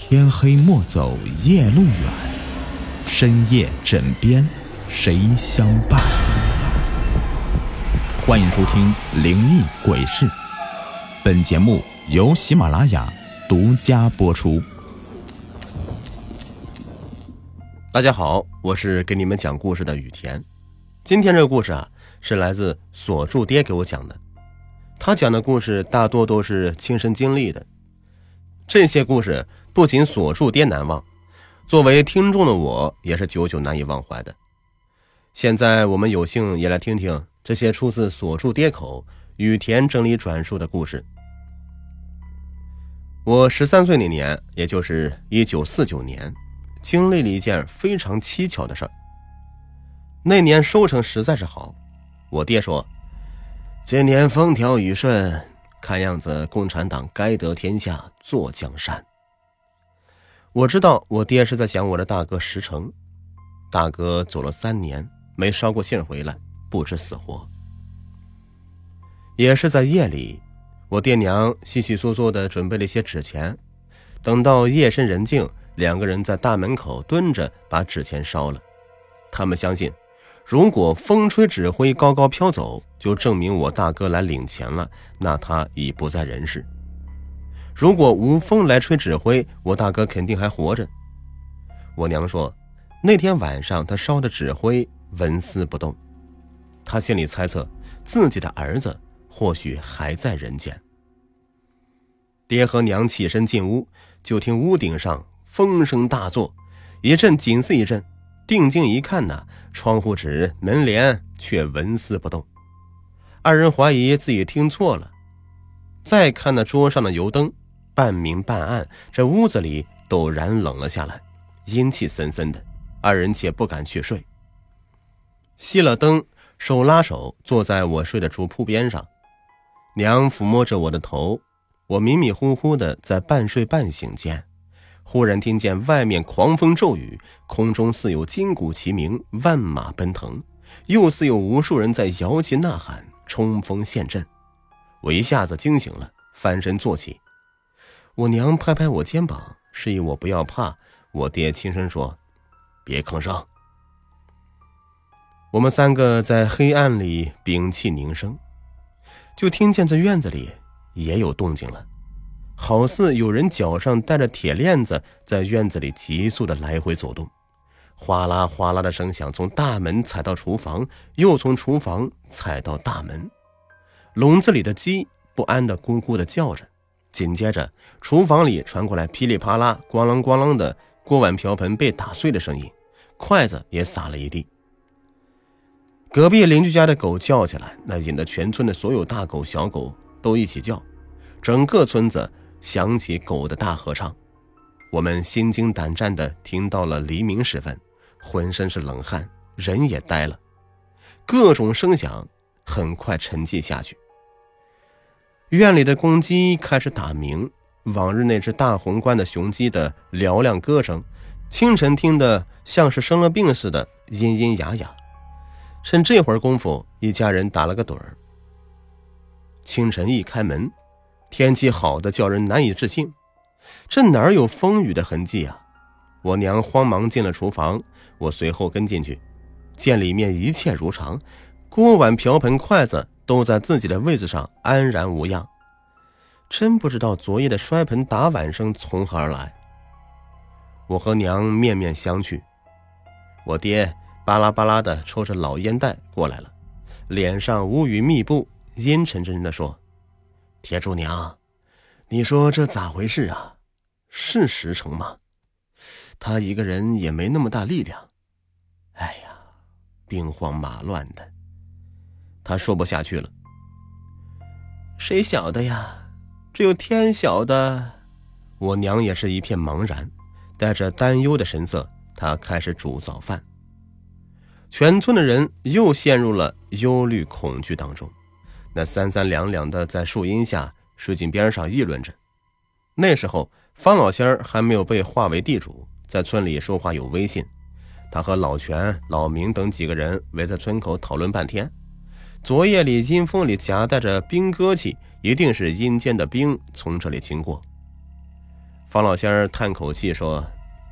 天黑莫走夜路远，深夜枕边谁相伴？欢迎收听灵异鬼事，本节目由喜马拉雅独家播出。 大家好，我是给你们讲故事的雨田。今天这个故事是来自锁住爹给我讲的。他讲的故事大多都是亲身经历的。这些故事不仅锁住爹难忘，作为听众的我也是久久难以忘怀的。现在我们有幸也来听听这些出自锁住爹口雨田整理转述的故事。我13岁那年，也就是1949年，经历了一件非常蹊跷的事儿。那年收成实在是好，我爹说今年风调雨顺，看样子共产党该得天下坐江山。我知道我爹是在想我的大哥石成。大哥走了3年没捎过信回来，不知死活。也是在夜里，我爹娘稀稀疏疏地准备了一些纸钱，等到夜深人静，两个人在大门口蹲着把纸钱烧了。他们相信如果风吹纸灰高高飘走，就证明我大哥来领钱了，那他已不在人世。如果无风来吹纸灰，我大哥肯定还活着。我娘说那天晚上他烧的纸灰纹丝不动，他心里猜测自己的儿子或许还在人间。爹和娘起身进屋，就听屋顶上风声大作，一阵紧似一阵，定睛一看窗户纸门帘却纹丝不动。二人怀疑自己听错了，再看那桌上的油灯半明半暗，这屋子里陡然冷了下来，阴气森森的，二人且不敢去睡。熄了灯，手拉手坐在我睡的竹铺边上，娘抚摸着我的头，我迷迷糊糊的在半睡半醒间，忽然听见外面狂风骤雨，空中似有金鼓齐鸣，万马奔腾，又似有无数人在摇旗呐喊，冲锋陷阵。我一下子惊醒了，翻身坐起。我娘拍拍我肩膀，示意我不要怕。我爹轻声说别吭声。我们3个在黑暗里屏气凝声，就听见这院子里也有动静了，好似有人脚上带着铁链子在院子里急速的来回走动，哗啦哗啦的声响从大门踩到厨房，又从厨房踩到大门。笼子里的鸡不安的咕咕的叫着，紧接着厨房里传过来噼里啪啦咣啷咣啷的锅碗瓢盆被打碎的声音，筷子也洒了一地。隔壁邻居家的狗叫起来，那引得全村的所有大狗小狗都一起叫，整个村子响起狗的大合唱。我们心惊胆战地听到了黎明时分，浑身是冷汗，人也呆了。各种声响很快沉寂下去。院里的公鸡开始打鸣，往日那只大红冠的雄鸡的嘹亮歌声，清晨听得像是生了病似的，阴阴哑哑。趁这会儿功夫，一家人打了个盹儿。清晨一开门，天气好的叫人难以置信，这哪有风雨的痕迹啊？我娘慌忙进了厨房，我随后跟进去，见里面一切如常，锅碗瓢盆筷子都在自己的位置上安然无恙。真不知道昨夜的摔盆打碗声从何而来。我和娘面面相觑，我爹巴拉巴拉的抽着老烟袋过来了，脸上乌云密布，阴沉沉的说铁柱娘，你说这咋回事啊？是石成吗？他一个人也没那么大力量，哎呀，兵荒马乱的。他说不下去了。谁晓得呀，只有天晓得。我娘也是一片茫然，带着担忧的神色，她开始煮早饭。全村的人又陷入了忧虑恐惧当中，那三三两两的在树荫下水井边上议论着。那时候方老仙儿还没有被划为地主，在村里说话有威信，他和老全、老明等几个人围在村口讨论半天。昨夜里阴风里夹带着兵戈气，一定是阴间的兵从这里经过。 方老仙儿叹口气说：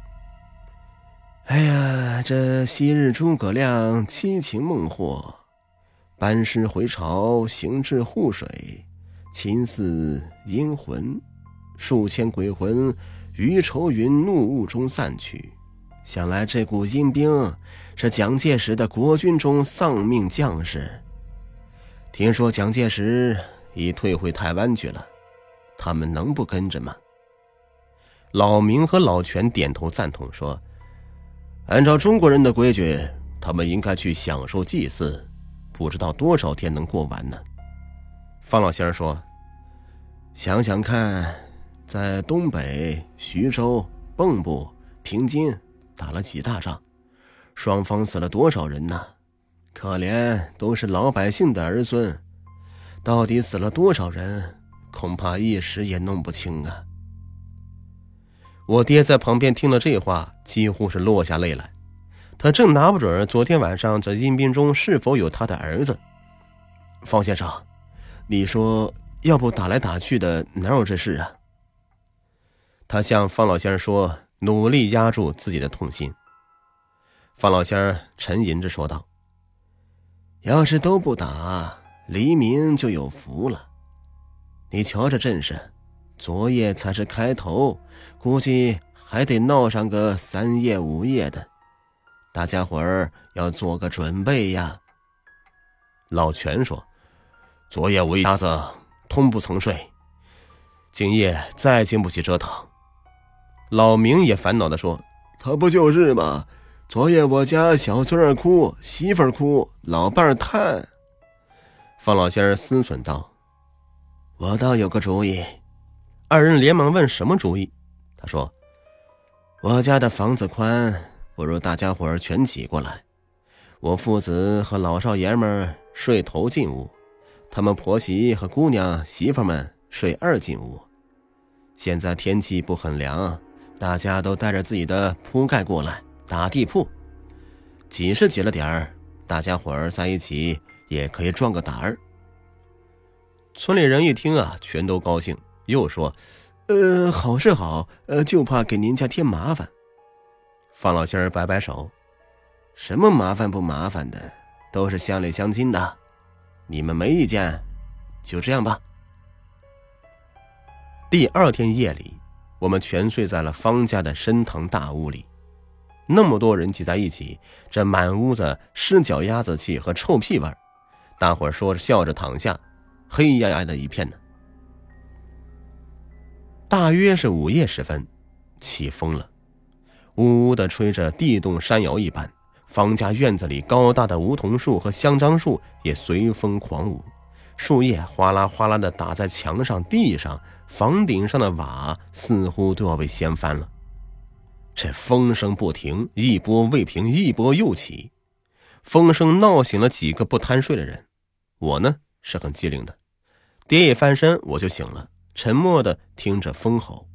哎呀，这昔日诸葛亮七擒孟获，班师回朝，行至沪水，秦似阴魂，数千鬼魂于愁云怒雾中散去。想来这股阴兵是蒋介石的国军中丧命将士，听说蒋介石已退回台湾去了，他们能不跟着吗？老明和老全点头赞同说：按照中国人的规矩，他们应该去享受祭祀，不知道多少天能过完呢。方老仙儿说：想想看，在东北、徐州、蚌埠、平津打了几大仗，双方死了多少人呢？可怜都是老百姓的儿孙，到底死了多少人，恐怕一时也弄不清啊。我爹在旁边听了这话，几乎是落下泪来。他正拿不准昨天晚上这阴兵中是否有他的儿子。方先生，你说要不打来打去的，哪有这事啊？他向方老仙儿说，努力压住自己的痛心。方老仙儿沉吟着说道：要是都不打，黎民就有福了。你瞧这阵势，昨夜才是开头，估计还得闹上个3夜5夜的，大家伙儿要做个准备呀。老全说：昨夜我一家子通不曾睡，今夜再经不起折腾。老明也烦恼地说：可不就是嘛，昨夜我家小孙儿哭，媳妇儿哭，老伴儿叹。方老仙儿思忖道：我倒有个主意。二人连忙问什么主意？他说：我家的房子宽，不如大家伙儿全挤过来，我父子和老少爷们睡头进屋，他们婆媳和姑娘媳妇们睡2进屋。现在天气不很凉，大家都带着自己的铺盖过来打地铺，挤是挤了点儿，大家伙儿在一起也可以壮个胆儿。村里人一听啊，全都高兴，又说：好是好，就怕给您家添麻烦。方老仙儿摆摆手：什么麻烦不麻烦的，都是乡里乡亲的，你们没意见，就这样吧。第2天夜里，我们全睡在了方家的深堂大屋里。那么多人挤在一起，这满屋子湿脚丫子气和臭屁味，大伙儿说着笑着躺下，黑压压的一片呢。大约是午夜时分，起风了，呜呜地吹着地动山摇一般，方家院子里高大的梧桐树和香樟树也随风狂舞，树叶哗啦哗啦地打在墙上、地上，房顶上的瓦似乎都要被掀翻了。这风声不停，一波未平，一波又起。风声闹醒了几个不贪睡的人，我呢是很机灵的，爹一翻身我就醒了，沉默地听着风吼。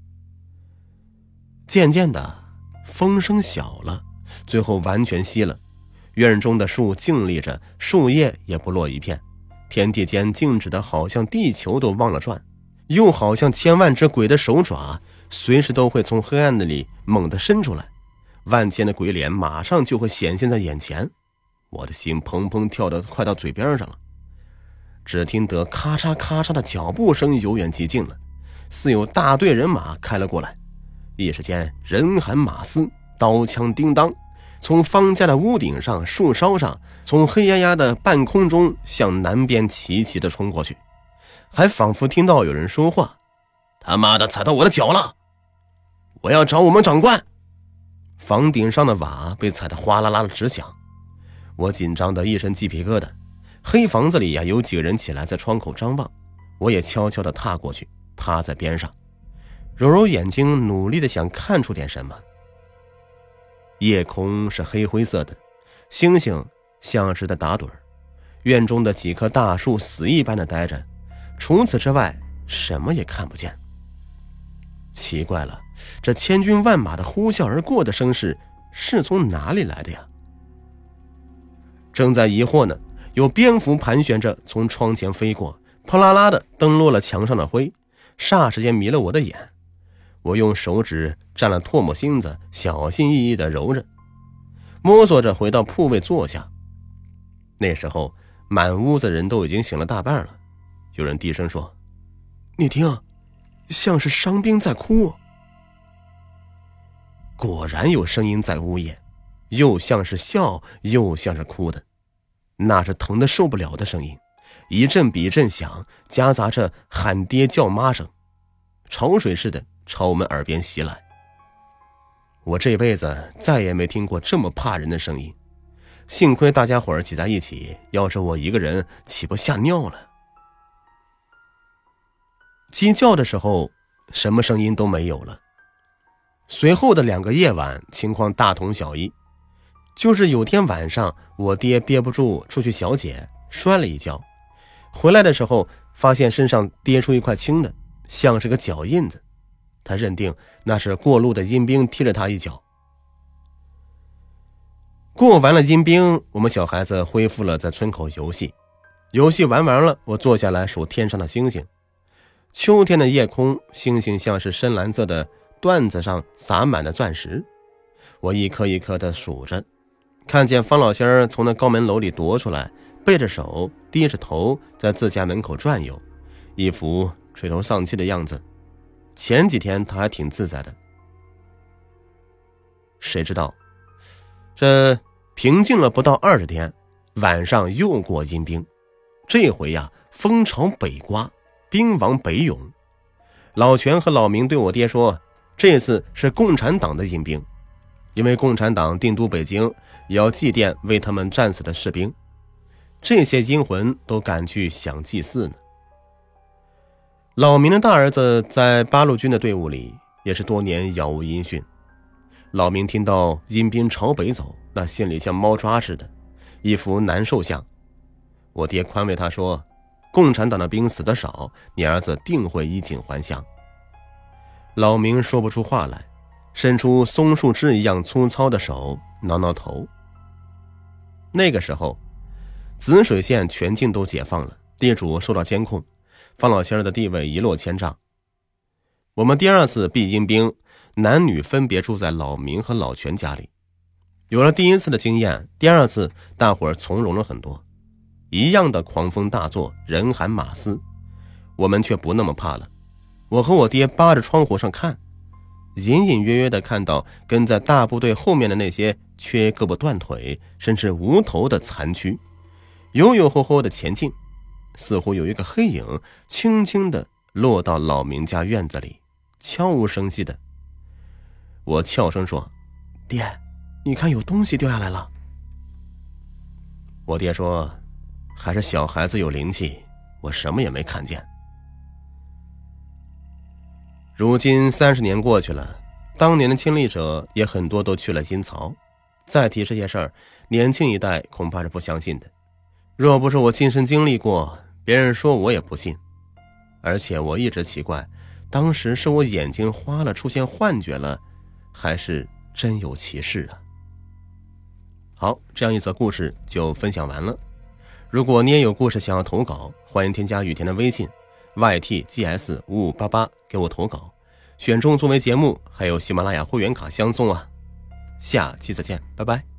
渐渐的风声小了，最后完全息了，院中的树静立着，树叶也不落一片，天地间静止的好像地球都忘了转，又好像千万只鬼的手爪随时都会从黑暗里猛地伸出来，万千的鬼脸马上就会显现在眼前。我的心砰砰跳得快到嘴边上了，只听得咔嚓咔嚓的脚步声由远及近了，似有大队人马开了过来。一时间人喊马嘶，刀枪叮当，从方家的屋顶上、树梢上，从黑压压的半空中向南边齐齐地冲过去，还仿佛听到有人说话：他妈的，踩到我的脚了，我要找我们长官。房顶上的瓦被踩得哗啦啦的直响，我紧张的一身鸡皮疙瘩。黑房子里有几个人起来在窗口张望，我也悄悄地踏过去，趴在边上，揉揉眼睛，努力地想看出点什么。夜空是黑灰色的，星星像是在打盹，院中的几棵大树死一般的呆着，除此之外什么也看不见。奇怪了，这千军万马的呼啸而过的声势是从哪里来的呀？正在疑惑呢，有蝙蝠盘旋着从窗前飞过，啪啦啦的蹬落了墙上的灰，霎时间迷了我的眼。 我用手指蘸了唾沫星子，小心翼翼地揉着，摸索着回到铺位坐下。那时候满屋子人都已经醒了大半了，有人低声说：“你听，像是伤兵在哭。”果然有声音在呜咽，又像是笑又像是哭的，那是疼得受不了的声音，一阵比一阵响，夹杂着喊爹叫妈声，潮水似的朝我们耳边袭来。我这辈子再也没听过这么怕人的声音，幸亏大家伙儿挤在一起，要是我一个人岂不吓尿了。鸡叫的时候什么声音都没有了，随后的2个夜晚情况大同小异，就是有天晚上我爹憋不住出去小解，摔了一跤，回来的时候发现身上跌出一块青的，像是个脚印子，他认定那是过路的阴兵踢了他一脚。过完了阴兵，我们小孩子恢复了在村口游戏，游戏玩完了，我坐下来数天上的星星。秋天的夜空，星星像是深蓝色的缎子上撒满了钻石，我一颗一颗地数着，看见方老仙儿从那高门楼里踱出来，背着手低着头在自家门口转悠，一副垂头丧气的样子。前几天他还挺自在的，谁知道这平静了不到20天，晚上又过阴兵，这回呀风朝北刮，兵往北涌。老全和老明对我爹说，这次是共产党的阴兵，因为共产党定都北京，也要祭奠为他们战死的士兵，这些阴魂都赶去享祭祀呢。老明的大儿子在八路军的队伍里，也是多年杳无音讯。老明听到阴兵朝北走，那心里像猫抓似的，一副难受相。我爹宽慰他说，共产党的兵死得少，你儿子定会衣锦还乡。老明说不出话来，伸出松树枝一样粗糙的手挠挠头。那个时候紫水县全境都解放了，地主受到监控，方老仙儿的地位一落千丈。我们第2次避阴兵，男女分别住在老明和老全家里。有了第1次的经验，第2次大伙儿从容了很多，一样的狂风大作，人喊马嘶，我们却不那么怕了。我和我爹扒着窗户上看，隐隐约约地看到跟在大部队后面的那些缺胳膊断腿甚至无头的残躯悠悠后后的前进，似乎有一个黑影轻轻地落到老明家院子里，悄无声息的。我悄声说，爹，你看有东西掉下来了。我爹说，还是小孩子有灵气，我什么也没看见。如今30年过去了，当年的亲历者也很多都去了阴曹，再提这些事儿，年轻一代恐怕是不相信的。若不是我亲身经历过，别人说我也不信。而且我一直奇怪，当时是我眼睛花了出现幻觉了，还是真有其事啊。好，这样一则故事就分享完了。如果你也有故事想要投稿，欢迎添加雨田的微信 YTGS5588 给我投稿，选中作为节目，还有喜马拉雅会员卡相送啊。下期再见，拜拜。